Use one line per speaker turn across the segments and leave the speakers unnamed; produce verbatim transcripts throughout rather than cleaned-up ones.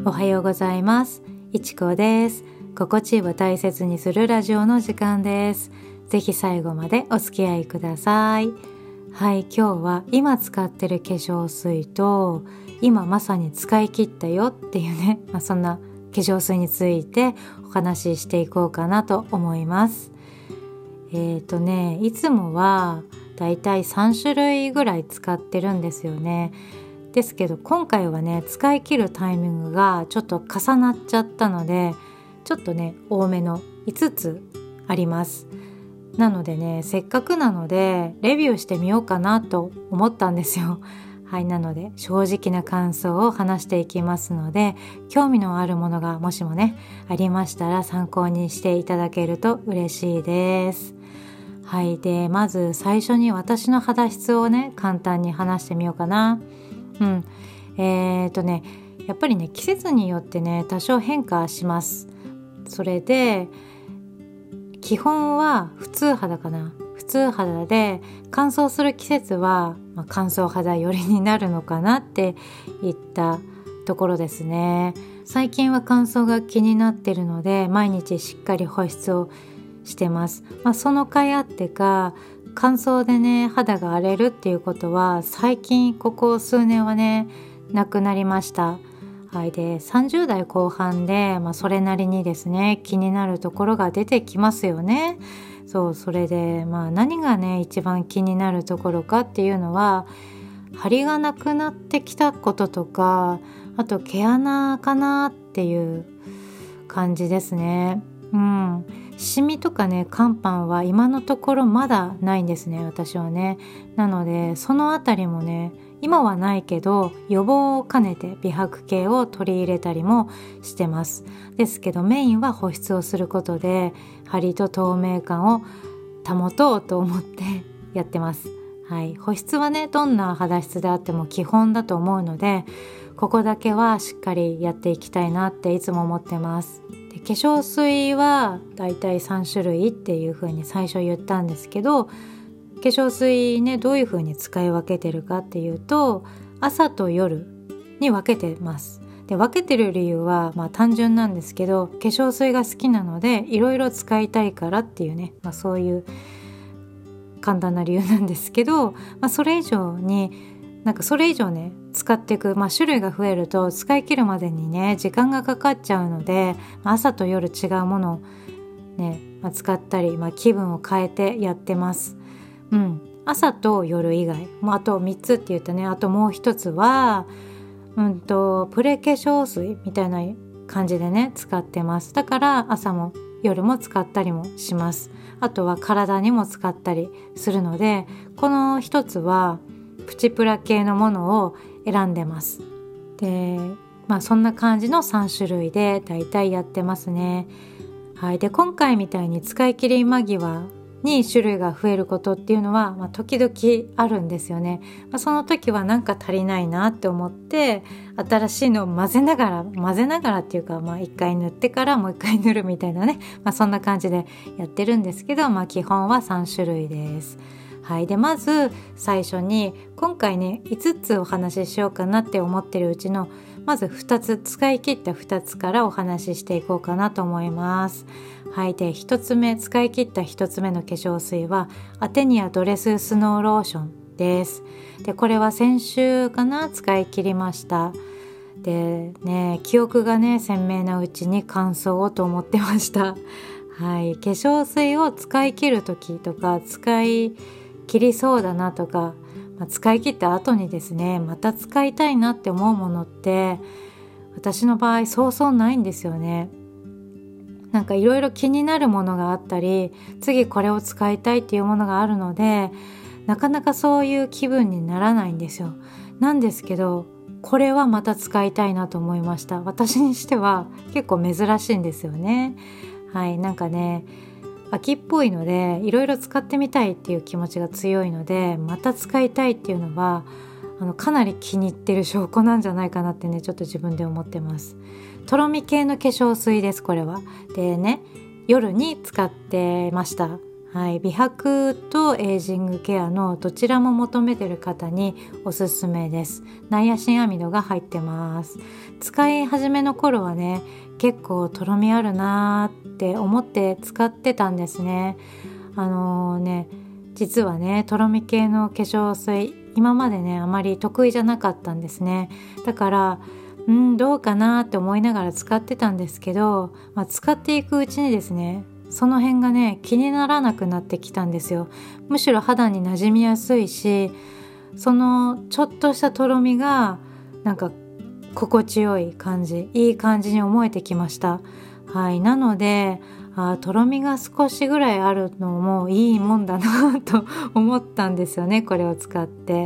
おはようございます。いちこです。心地を大切にするラジオの時間です。ぜひ最後までお付き合いください。はい、今日は今使ってる化粧水と今まさに使い切ったよっていうね、まあ、そんな化粧水についてお話ししていこうかなと思います。えーとね、いつもはだいたいさんしゅるいぐらい使ってるんですよね。ですけど今回はね、使い切るタイミングがちょっと重なっちゃったので、ちょっとね多めのいつつあります。なのでね、せっかくなのでレビューしてみようかなと思ったんですよ。はい、なので正直な感想を話していきますので、興味のあるものがもしもねありましたら参考にしていただけると嬉しいです。はい、でまず最初に私の肌質をね簡単に話してみようかな。うん、えーとねやっぱりね季節によってね多少変化します。それで基本は普通肌かな。普通肌で乾燥する季節は、まあ、乾燥肌寄りになるのかなっていったところですね。最近は乾燥が気になってるので毎日しっかり保湿をしてます。まあ、その甲斐あってか乾燥でね肌が荒れるっていうことは最近ここ数年はねなくなりました。はい、でさんじゅうだいこう半で、まあ、それなりにですね気になるところが出てきますよね。そうそれで、まあ、何がね一番気になるところかっていうのは張りがなくなってきたこととか、あと毛穴かなっていう感じですね。うん、シミとかね乾斑は今のところまだないんですね、私はね。なのでそのあたりもね今はないけど予防を兼ねて美白系を取り入れたりもしてます。ですけどメインは保湿をすることで張りと透明感を保とうと思ってやってます。はい、保湿はねどんな肌質であっても基本だと思うので、ここだけはしっかりやっていきたいなっていつも思ってます。で化粧水はだいたいさんしゅるいっていう風に最初言ったんですけど、化粧水ねどういう風に使い分けてるかっていうと朝と夜に分けてます。で分けてる理由はまあ単純なんですけど、化粧水が好きなのでいろいろ使いたいからっていうね、まあ、そういう簡単な理由なんですけど、まあ、それ以上になんかそれ以上ね使っていく、まあ、種類が増えると使い切るまでにね時間がかかっちゃうので、朝と夜違うものをね、まあ、使ったり、まあ、気分を変えてやってます。うん、朝と夜以外、もうあとみっつって言ったね。あともう一つは、うんとプレ化粧水みたいな感じでね使ってます。だから朝も夜も使ったりもします。あとは体にも使ったりするので、この一つはプチプラ系のものを選んでます。で、まあそんな感じのさんしゅるいでだいたいやってますね。はい、で今回みたいに使い切り間際に種類が増えることっていうのは、まあ、時々あるんですよね。まあ、その時はなんか足りないなって思って新しいのを混ぜながら混ぜながらっていうか、まあ、いっかい塗ってからもういっかい塗るみたいなね、まあ、そんな感じでやってるんですけど、まあ、基本はさんしゅるいです。はい、でまず最初に今回ねいつつお話ししようかなって思ってるうちのまずふたつ、使い切ったふたつからお話ししていこうかなと思います。はい、でひとつめ、使い切ったひとつめの化粧水はアテニアドレススノーローションです。でこれは先週かな使い切りました。でね記憶がね鮮明なうちに感想をと思ってました。はい、化粧水を使い切る時とか使い切りそうだなとか、まあ、使い切った後にですねまた使いたいなって思うものって私の場合そうそうないんですよね。なんかいろいろ気になるものがあったり、次これを使いたいっていうものがあるので、なかなかそういう気分にならないんですよ。なんですけどこれはまた使いたいなと思いました。私にしては結構珍しいんですよね。はい、なんかね秋っぽいのでいろいろ使ってみたいっていう気持ちが強いので、また使いたいっていうのはあのかなり気に入ってる証拠なんじゃないかなってねちょっと自分で思ってます。とろみ系の化粧水です、これは。でね夜に使ってました。 はい、美白とエイジングケアのどちらも求めてる方におすすめです。ナイアシンアミドが入ってます。使い始めの頃はね、結構とろみあるなーって思って使ってたんですね。あのー、ね実はねとろみ系の化粧水今までねあまり得意じゃなかったんですね。だからうんどうかなって思いながら使ってたんですけど、まあ、使っていくうちにですねその辺がね気にならなくなってきたんですよ。むしろ肌に馴染みやすいし、そのちょっとしたとろみがなんか心地よい感じ、いい感じに思えてきました。はい、なのであとろみが少しぐらいあるのもいいもんだなと思ったんですよね、これを使って。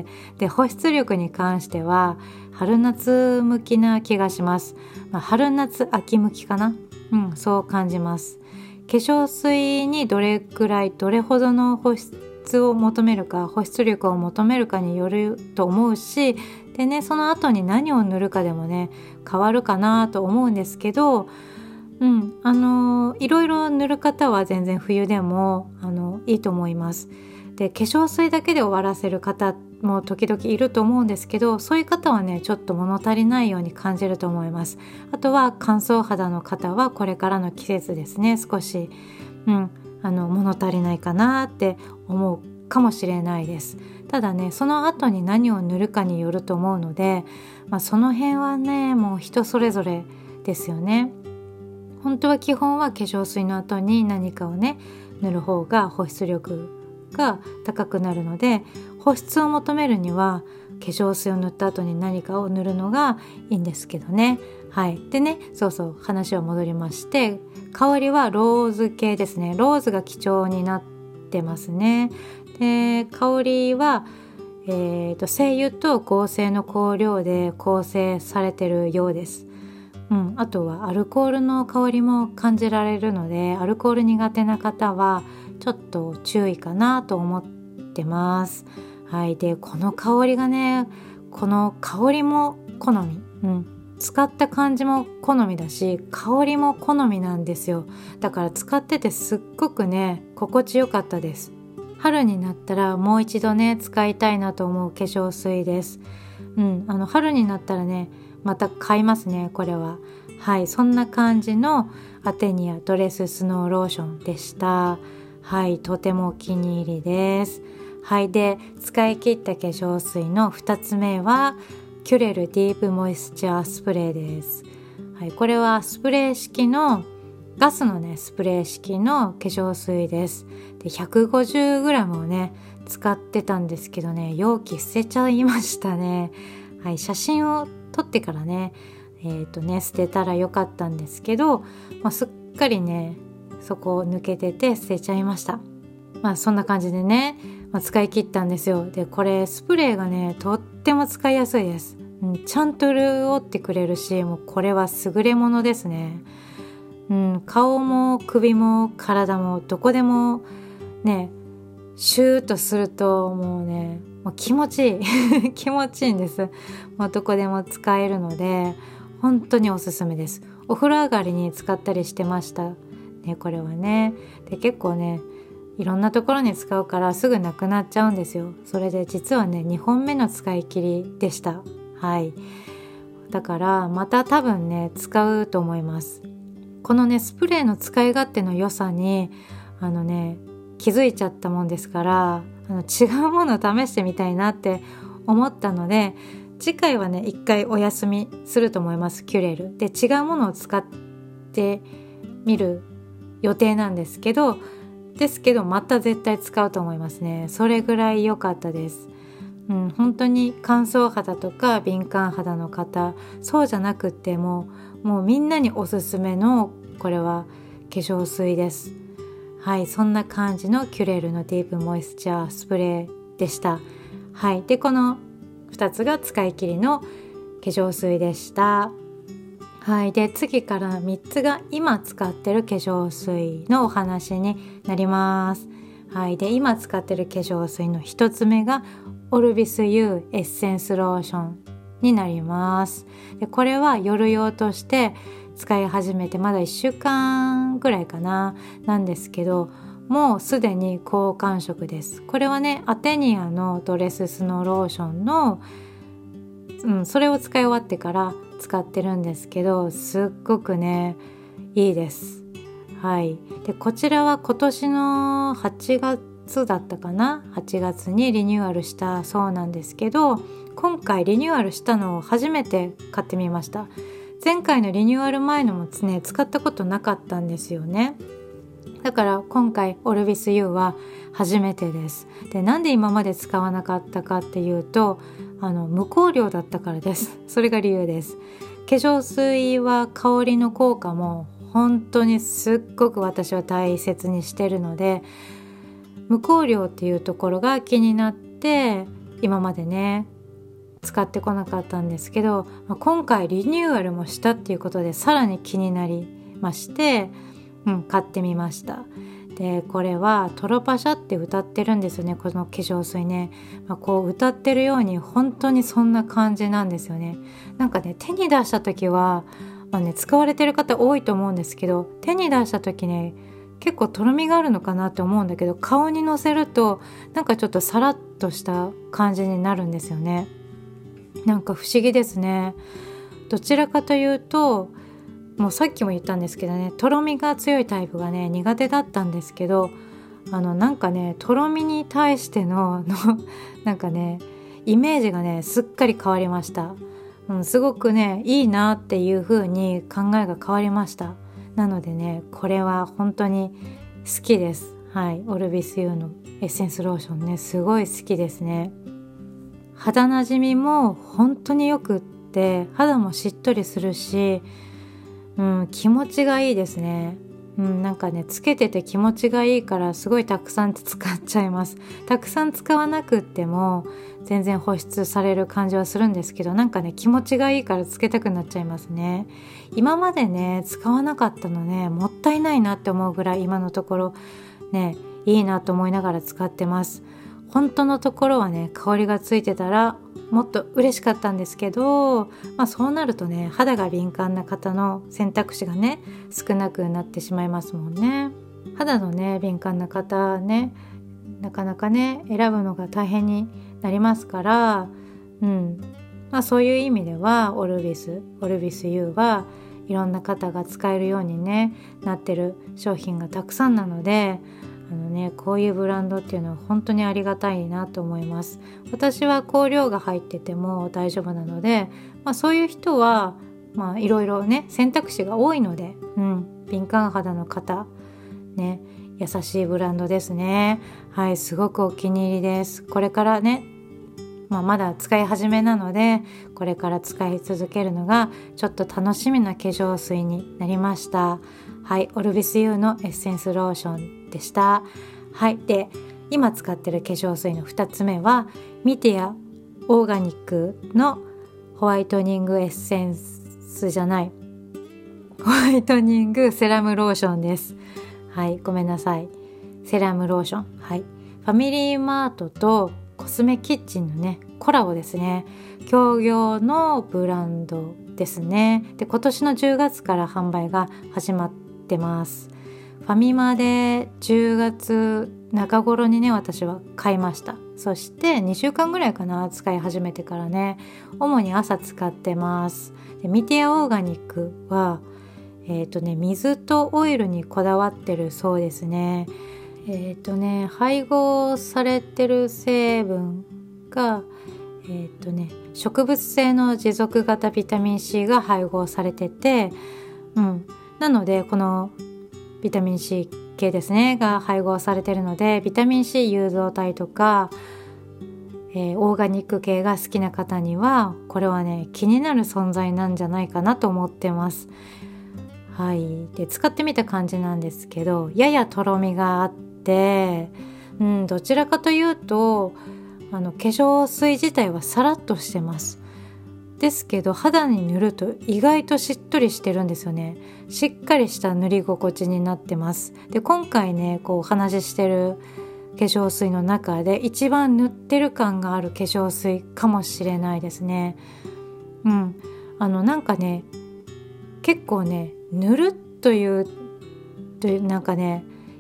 で保湿力に関しては春夏向きな気がします。まあ、春夏秋向きかな、うん、そう感じます。化粧水にどれくらいどれほどの保湿を求めるか保湿力を求めるかによると思うし、でねその後に何を塗るかでもね変わるかなと思うんですけど、うんあのー、いろいろ塗る方は全然冬でもあのいいと思います。で化粧水だけで終わらせる方も時々いると思うんですけど、そういう方はねちょっと物足りないように感じると思います。あとは乾燥肌の方はこれからの季節ですね少し、うん、あの物足りないかなって思うかもしれないです。ただねその後に何を塗るかによると思うので、まあ、その辺はねもう人それぞれですよね。本当は基本は化粧水の後に何かをね塗る方が保湿力が高くなるので、保湿を求めるには化粧水を塗った後に何かを塗るのがいいんですけどね。はい、でねそうそう話は戻りまして、香りはローズ系ですね。ローズが基調になってますね。で香りは、えーと、精油と合成の香料で構成されてるようです。うん、あとはアルコールの香りも感じられるので、アルコール苦手な方はちょっと注意かなと思ってます。はい、でこの香りがねこの香りも好み、うん、使った感じも好みだし香りも好みなんですよ。だから使っててすっごくね心地よかったです。春になったらもう一度ね使いたいなと思う化粧水です。うん、あの春になったらねまた買いますねこれは。はい、そんな感じのアテニアドレススノーローションでした。はい、とてもお気に入りです。はい、で使い切った化粧水のふたつめはキュレルディープモイスチャースプレーです。はい、これはスプレー式のガスのねスプレー式の化粧水です。で ひゃくごじゅうグラム をね使ってたんですけどね容器捨てちゃいましたね。はい、写真を撮ってからねえーとね捨てたらよかったんですけど、まあ、すっかりねそこを抜けてて捨てちゃいました。まあそんな感じでね、まあ、使い切ったんですよ。でこれスプレーがねとっても使いやすいです。うん、ちゃんと潤ってくれるし、もうこれは優れものですね。うん、顔も首も体もどこでもねシューッとするともうねもう気持ちいい気持ちいいんです。もうどこでも使えるので本当におすすめです。お風呂上がりに使ったりしてましたねこれはね。で結構ねいろんなところに使うからすぐなくなっちゃうんですよ。それで実はねにほんめの使い切りでした。はい、だからまた多分ね使うと思います。このねスプレーの使い勝手の良さにあのね気づいちゃったもんですから、あの違うものを試してみたいなって思ったので、次回はね一回お休みすると思います。キュレルで違うものを使ってみる予定なんですけどですけどまた絶対使うと思いますね。それぐらい良かったです。うん、本当に乾燥肌とか敏感肌の方、そうじゃなくってももうみんなにおすすめのこれは化粧水です。はい、そんな感じのキュレルのディープモイスチャースプレーでした。はい、でこのふたつが使い切りの化粧水でした。はい、で次からみっつが今使ってる化粧水のお話になります。はい、で今使ってる化粧水のひとつめがオルビス U エッセンスローションになります。でこれは夜用として使い始めてまだいっしゅうかんぐらいかななんですけど、 もうすでに好感触です。これはね、アテニアのドレススノーローションの、うん、それを使い終わってから使ってるんですけど、すっごくねいいです。はい。でこちらは今年のはちがつだったかな、はちがつにリニューアルしたそうなんですけど、今回リニューアルしたのを初めて買ってみました。前回のリニューアル前のもね使ったことなかったんですよね。だから今回オルビス ユー は初めてです。でなんで今まで使わなかったかっていうと、あの無香料だったからです。それが理由です。化粧水は香りの効果も本当にすっごく私は大切にしてるので、無香料っていうところが気になって今までね使ってこなかったんですけど、今回リニューアルもしたっていうことでさらに気になりまして、うん、買ってみました。でこれはトロパシャって歌ってるんですよね、この化粧水ね、まあ、こう歌ってるように本当にそんな感じなんですよね。なんかね手に出した時は、まあね、使われてる方多いと思うんですけど、手に出した時ね結構とろみがあるのかなって思うんだけど、顔にのせるとなんかちょっとサラッとした感じになるんですよね。なんか不思議ですね。どちらかというと、もうさっきも言ったんですけどね、とろみが強いタイプがね苦手だったんですけど、あのなんかねとろみに対してのなんかねイメージがねすっかり変わりました。うん、すごくねいいなっていう風に考えが変わりました。なのでねこれは本当に好きです。はい、オルビス ユー のエッセンスローションねすごい好きですね。肌なじみも本当によくって、肌もしっとりするし、うん、気持ちがいいですね。うん、なんかねつけてて気持ちがいいからすごいたくさん使っちゃいます。たくさん使わなくっても全然保湿される感じはするんですけど、なんかね気持ちがいいからつけたくなっちゃいますね。今までね使わなかったのねもったいないなって思うぐらい今のところねいいなと思いながら使ってます。本当のところはね香りがついてたらもっと嬉しかったんですけど、まあ、そうなるとね肌が敏感な方の選択肢がね少なくなってしまいますもんね。肌のね敏感な方ねなかなかね選ぶのが大変になりますから、うんまあ、そういう意味ではオルビスオルビス ユー はいろんな方が使えるようにねなってる商品がたくさんなので、あのね、こういうブランドっていうのは本当にありがたいなと思います。私は香料が入ってても大丈夫なので、まあ、そういう人はまあいろいろね選択肢が多いので、うん、敏感肌の方ね優しいブランドですね。はい、すごくお気に入りです。これからね、まあ、まだ使い始めなのでこれから使い続けるのがちょっと楽しみな化粧水になりました。はい、オルビス ユー のエッセンスローションでした。はい、で今使ってる化粧水のふたつめはミティアオーガニックのホワイトニングエッセンスじゃないホワイトニングセラムローションです。はい、ごめんなさい、セラムローション、はい、ファミリーマートとコスメキッチンのねコラボですね。協業のブランドですね。で今年のじゅうがつから販売が始まってます。ファミマでじゅうがつ中頃にね私は買いました。そしてにしゅうかんぐらいかな使い始めてからね、主に朝使ってます。でミティアオーガニックはえっとね水とオイルにこだわってるそうですね。えっとね配合されてる成分がえっとね植物性の持続型ビタミン C が配合されてて、うん、なのでこのビタミン C 系ですねが配合されてるので、ビタミン C 誘導体とか、えー、オーガニック系が好きな方にはこれはね気になる存在なんじゃないかなと思ってます。はい、で使ってみた感じなんですけど、ややとろみがあって、うん、どちらかというとあの化粧水自体はサラッとしてます。ですけど肌に塗ると意外としっとりしてるんですよね。しっかりした塗り心地になってます。で今回ねこうお話ししてる化粧水の中で一番塗ってる感がある化粧水かもしれないですね。うん、あのなんかね結構ね塗るというというなんかね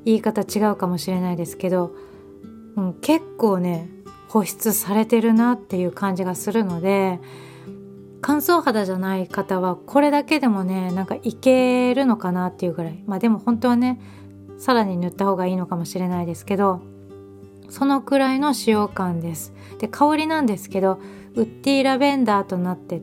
言い方違うかもしれないですけど、うん、結構ね保湿されてるなっていう感じがするので、乾燥肌じゃない方はこれだけでもねなんかいけるのかなっていうぐらい、まあでも本当はねさらに塗った方がいいのかもしれないですけど、そのくらいの使用感です。で香りなんですけど、ウッディラベンダーとなってって、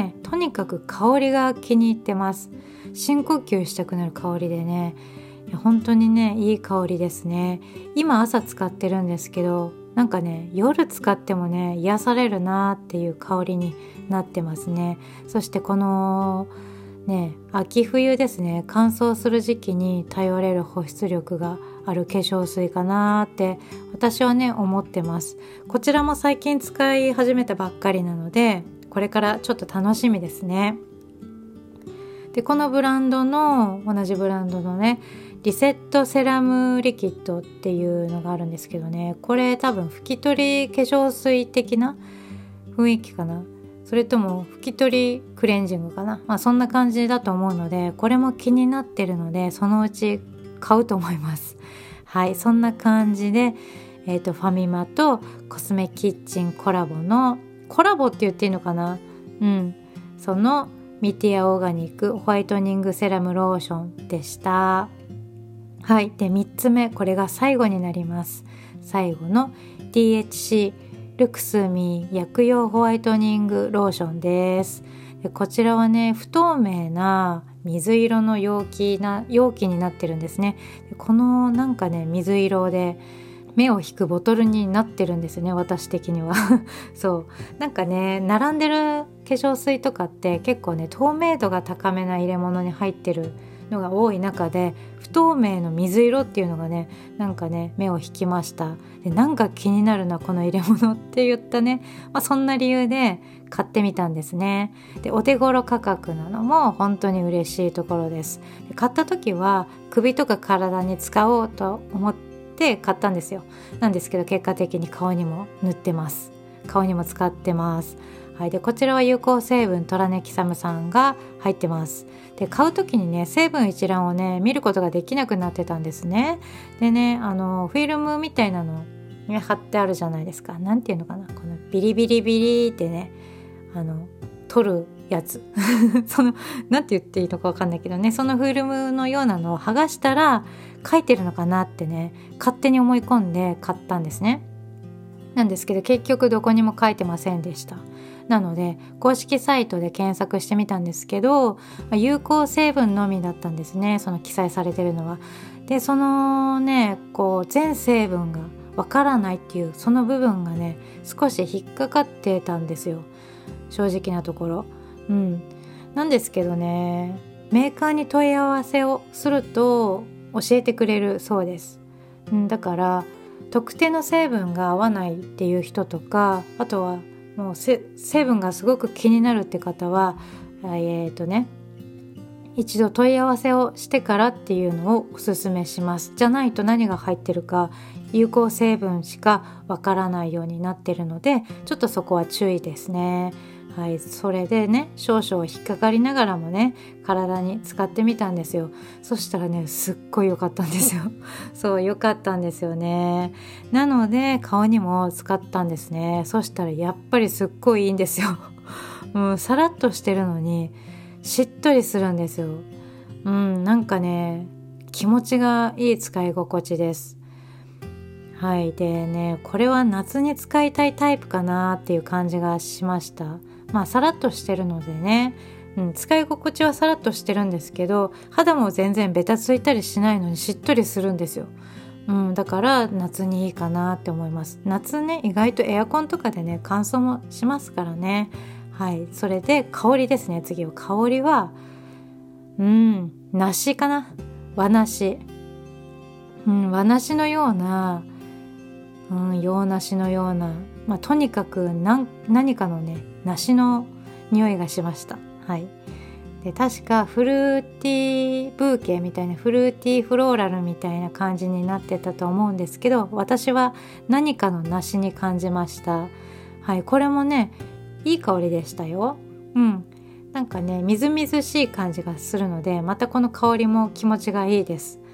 とにかく香りが気に入ってます。深呼吸したくなる香りでね、本当にねいい香りですね。今朝使ってるんですけど、なんかね夜使ってもね癒されるなっていう香りになってますね。そしてこのね秋冬ですね、乾燥する時期に頼れる保湿力がある化粧水かなって私はね思ってます。こちらも最近使い始めたばっかりなので、これからちょっと楽しみですね。でこのブランドの同じブランドのねリセットセラムリキッドっていうのがあるんですけどね、これ多分拭き取り化粧水的な雰囲気かな、それとも拭き取りクレンジングかな、まあそんな感じだと思うので、これも気になってるのでそのうち買うと思います。はい、そんな感じで、えーと、ファミマとコスメキッチンコラボのコラボって言っていいのかな、うんそのミティアオーガニックホワイトニングセラムローションでした。はい、でみっつめ、これが最後になります。最後の ディーエイチシー ルクスミ薬用ホワイトニングローションです。でこちらはね不透明な水色の容器な容器になってるんですね。でこのなんかね水色で目を引くボトルになってるんですよね、私的にはそうなんかね並んでる化粧水とかって結構ね透明度が高めな入れ物に入ってるのが多い中で、不透明の水色っていうのがねなんかね目を引きました。でなんか気になるなこの入れ物って言ったね、まあ、そんな理由で買ってみたんですね。でお手頃価格なのも本当に嬉しいところです。で買った時は首とか体に使おうと思って買ったんですよ。なんですけど結果的に顔にも塗ってます。顔にも使ってます。はい、でこちらは有効成分トラネキサム酸が入ってます。で買う時にね成分一覧をね見ることができなくなってたんですね。でねあのフィルムみたいなの、ね、貼ってあるじゃないですか。なんていうのかな、このビリビリビリってねあの取るやつそのなんて言っていいのか分かんないけどね、そのフィルムのようなのを剥がしたら書いてるのかなってね勝手に思い込んで買ったんですね。なんですけど結局どこにも書いてませんでした。なので公式サイトで検索してみたんですけど、有効成分のみだったんですね、その記載されてるのは。でそのねこう全成分がわからないっていうその部分がね少し引っかかってたんですよ、正直なところ。うんなんですけどねメーカーに問い合わせをすると教えてくれるそうです。うん、だから特定の成分が合わないっていう人とか、あとはもう成分がすごく気になるって方はえーとね一度問い合わせをしてからっていうのをおすすめします。じゃないと何が入ってるか有効成分しかわからないようになってるので、ちょっとそこは注意ですね。はい、それでね少々引っかかりながらもね体に使ってみたんですよ。そしたらねすっごい良かったんですよそう良かったんですよね。なので顔にも使ったんですね。そしたらやっぱりすっごいいいんですよもうさらっとしてるのにしっとりするんですよ。うんなんかね気持ちがいい使い心地です。はいでねこれは夏に使いたいタイプかなっていう感じがしました。まあさらっとしてるのでね、うん、使い心地はさらっとしてるんですけど、肌も全然ベタついたりしないのにしっとりするんですよ。うん、だから夏にいいかなって思います。夏ね意外とエアコンとかでね乾燥もしますからね。はい、それで香りですね。次は香りはうん梨かな、和梨、うん、和梨のような、うん、洋梨のような、まあ、とにかく何、何かのね梨の匂いがしました。はい、で確かフルーティーブーケみたいなフルーティーフローラルみたいな感じになってたと思うんですけど、私は何かの梨に感じました。はい、これもねいい香りでしたよ。うん、なんかねみずみずしい感じがするので、またこの香りも気持ちがいいです。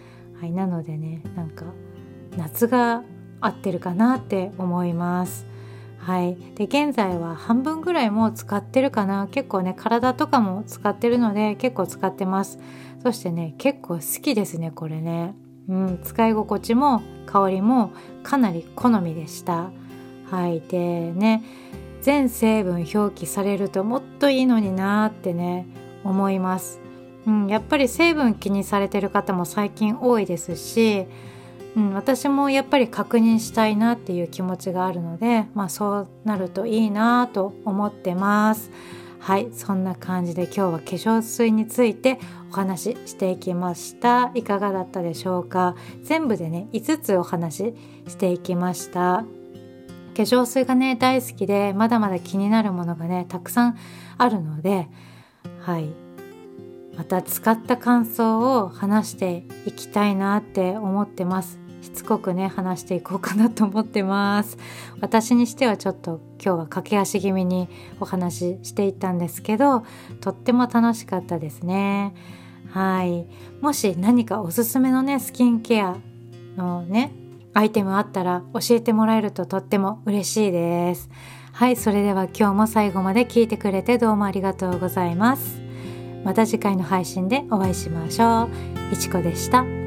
はい、なのでね、なんか夏が合ってるかなって思います。はい、で現在は半分ぐらいもう使ってるかな。結構ね体とかも使ってるので結構使ってます。そしてね結構好きですねこれね、うん、使い心地も香りもかなり好みでした。はい、でね全成分表記されるともっといいのになってね思います。うん、やっぱり成分気にされてる方も最近多いですし、うん、私もやっぱり確認したいなっていう気持ちがあるので、まあそうなるといいなと思ってます。はい、そんな感じで今日は化粧水についてお話ししていきました。いかがだったでしょうか。全部でねいつつお話ししていきました。化粧水がね大好きで、まだまだ気になるものがねたくさんあるので、はい、また使った感想を話していきたいなって思ってます。しつこくね話していこうかなと思ってます。私にしてはちょっと今日は駆け足気味にお話ししていったんですけど、とっても楽しかったですね。はい、もし何かおすすめのねスキンケアのねアイテムあったら教えてもらえるととっても嬉しいです。はい、それでは今日も最後まで聞いてくれてどうもありがとうございます。また次回の配信でお会いしましょう。いちこでした。